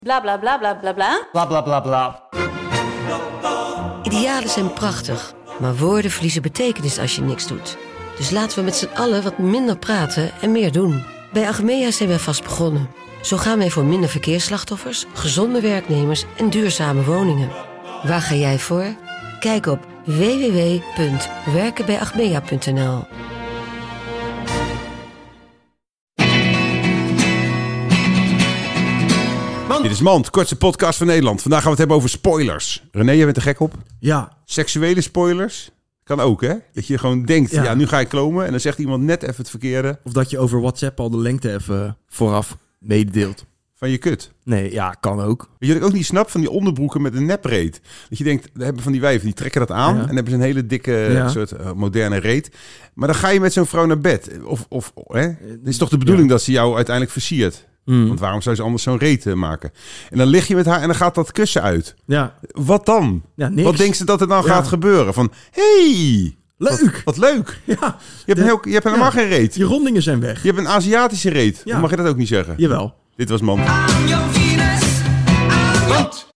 Bla bla bla bla bla bla. Bla bla bla bla. Idealen zijn prachtig, maar woorden verliezen betekenis als je niks doet. Dus laten we met z'n allen wat minder praten en meer doen. Bij Achmea zijn wij vast begonnen. Zo gaan wij voor minder verkeersslachtoffers, gezonde werknemers en duurzame woningen. Waar ga jij voor? Kijk op www.werkenbijachmea.nl. Dit is Mand, kortste podcast van Nederland. Vandaag gaan we het hebben over spoilers. René, jij bent er gek op? Ja. Seksuele spoilers? Kan ook, hè? Dat je gewoon denkt, ja, nu ga ik klomen. En dan zegt iemand net even het verkeerde. Of dat je over WhatsApp al de lengte even vooraf mededeelt. Van je kut. Nee, ja, kan ook. Weet je wat ik ook niet snap? Van die onderbroeken met een nepreet. Dat je denkt, we hebben van die wijven, die trekken dat aan. En hebben ze een hele dikke soort moderne reet. Maar dan ga je met zo'n vrouw naar bed. Hè? Het is toch de bedoeling dat ze jou uiteindelijk versiert? Want waarom zou ze anders zo'n reet maken? En dan lig je met haar en dan gaat dat kussen uit. Ja. Wat dan? Ja, niks. Wat denkt ze dat er dan gaat gebeuren? Van, hey, leuk. Wat leuk. Ja. Je hebt helemaal geen reet. Je rondingen zijn weg. Je hebt een Aziatische reet. Ja. Mag je dat ook niet zeggen? Jawel. Dit was Mand.